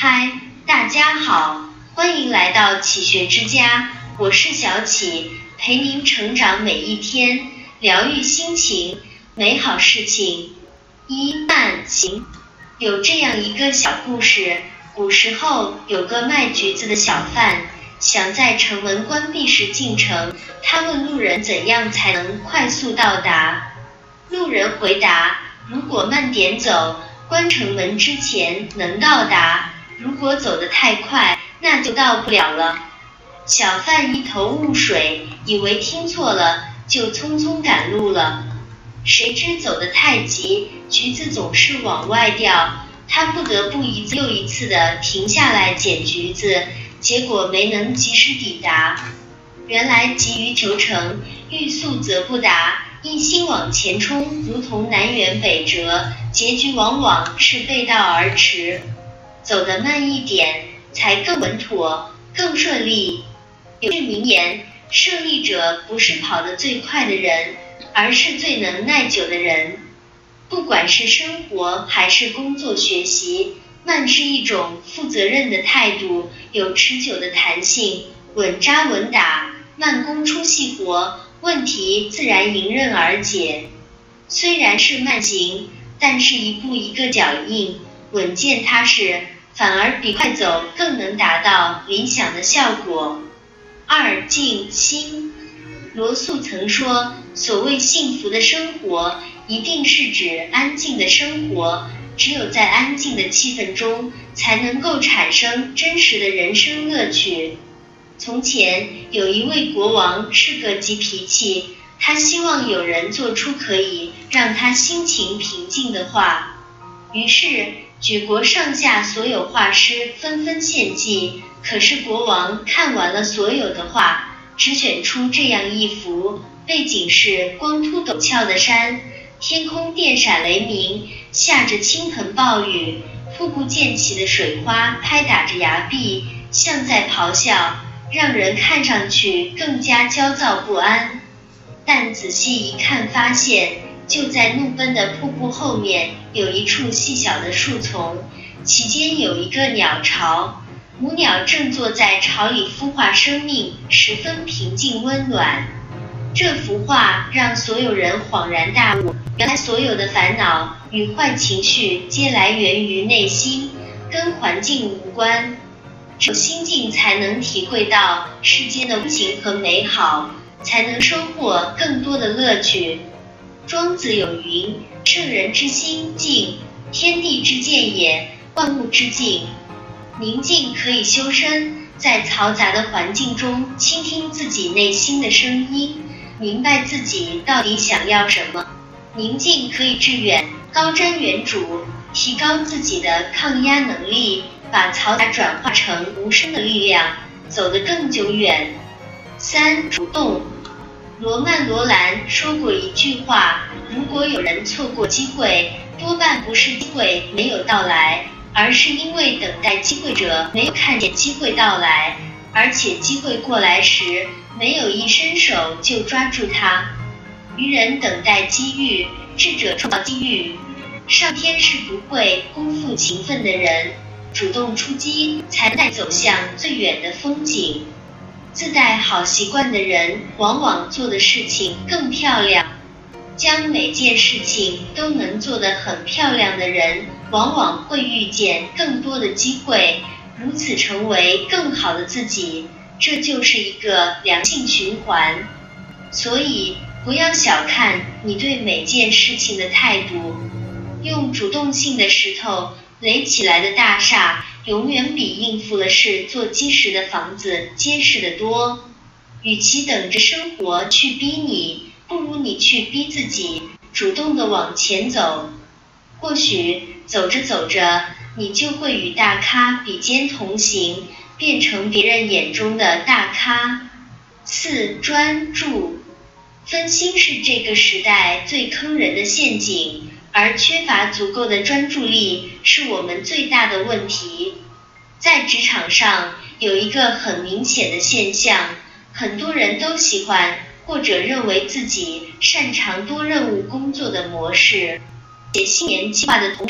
嗨，大家好，欢迎来到启学之家，我是小启，陪您成长每一天，疗愈心情，美好事情。慢行。有这样一个小故事，古时候有个卖橘子的小贩，想在城门关闭时进城，他问路人怎样才能快速到达。路人回答，如果慢点走，关城门之前能到达，如果走得太快，那就到不了了。小贩一头雾水，以为听错了，就匆匆赶路了。谁知走得太急，橘子总是往外掉，他不得不一次又一次地停下来捡橘子，结果没能及时抵达。原来急于求成，欲速则不达，一心往前冲，如同南辕北辙，结局往往是背道而驰。走得慢一点，才更稳妥，更顺利。有句名言，胜利者不是跑得最快的人，而是最能耐久的人。不管是生活还是工作学习，慢是一种负责任的态度，有持久的弹性，稳扎稳打，慢工出细活，问题自然迎刃而解。虽然是慢行，但是一步一个脚印，稳健踏实，反而比快走更能达到理想的效果。静心。罗素曾说，所谓幸福的生活，一定是指安静的生活，只有在安静的气氛中，才能够产生真实的人生乐趣。从前有一位国王是个急脾气，他希望有人做出可以让他心情平静的画。于是举国上下所有画师纷纷献计，可是国王看完了所有的画，只选出这样一幅，背景是光秃陡峭的山，天空电闪雷鸣，下着倾盆暴雨，瀑布溅起的水花拍打着崖壁，像在咆哮，让人看上去更加焦躁不安。但仔细一看发现，就在怒奔的瀑布后面有一处细小的树丛，其间有一个鸟巢，母鸟正坐在巢里孵化生命，十分平静温暖。这幅画让所有人恍然大悟，原来所有的烦恼与坏情绪皆来源于内心，跟环境无关。只有心境才能体会到世间的温情和美好，才能收获更多的乐趣。庄子有云，圣人之心静，天地之见也，万物之静。宁静可以修身，在嘈杂的环境中倾听自己内心的声音，明白自己到底想要什么。宁静可以致远，高瞻远瞩，提高自己的抗压能力，把嘈杂转化成无声的力量，走得更久远。主动。罗曼·罗兰说过一句话，如果有人错过机会，多半不是机会没有到来，而是因为等待机会者没有看见机会到来，而且机会过来时，没有一伸手就抓住它。愚人等待机遇，智者创造机遇。上天是不会辜负勤奋的人，主动出击才能带走向最远的风景。自带好习惯的人，往往做的事情更漂亮。将每件事情都能做得很漂亮的人，往往会遇见更多的机会，如此成为更好的自己，这就是一个良性循环。所以不要小看你对每件事情的态度，用主动性的石头垒起来的大厦，永远比应付了事做基石的房子结实得多。与其等着生活去逼你，不如你去逼自己，主动地往前走。或许走着走着，你就会与大咖比肩同行，变成别人眼中的大咖。专注。分心是这个时代最坑人的陷阱，而缺乏足够的专注力是我们最大的问题。在职场上有一个很明显的现象，很多人都喜欢或者认为自己擅长多任务工作的模式，写新年计划的同时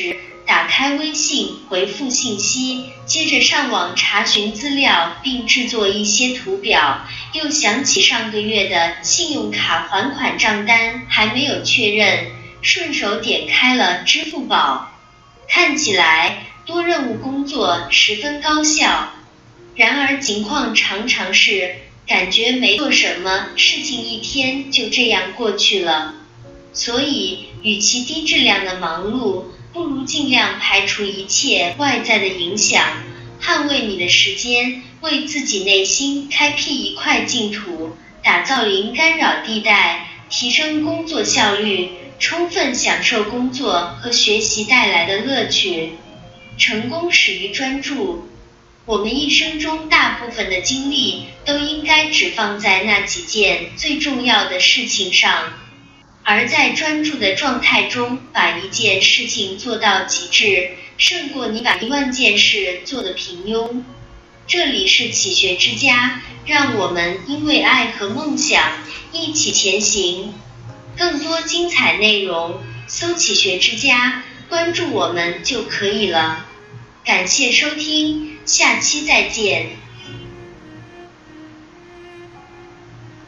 打开微信回复信息，接着上网查询资料并制作一些图表，又想起上个月的信用卡还款账单还没有确认，顺手点开了支付宝。看起来多任务工作十分高效，然而情况常常是感觉没做什么事情一天就这样过去了。所以与其低质量的忙碌，不如尽量排除一切外在的影响，捍卫你的时间，为自己内心开辟一块净土，打造零干扰地带，提升工作效率，充分享受工作和学习带来的乐趣。成功始于专注。我们一生中大部分的精力都应该只放在那几件最重要的事情上，而在专注的状态中把一件事情做到极致，胜过你把10000件事做得平庸。这里是启学之家，让我们因为爱和梦想一起前行。更多精彩内容，搜启学之家，关注我们就可以了。感谢收听，下期再见。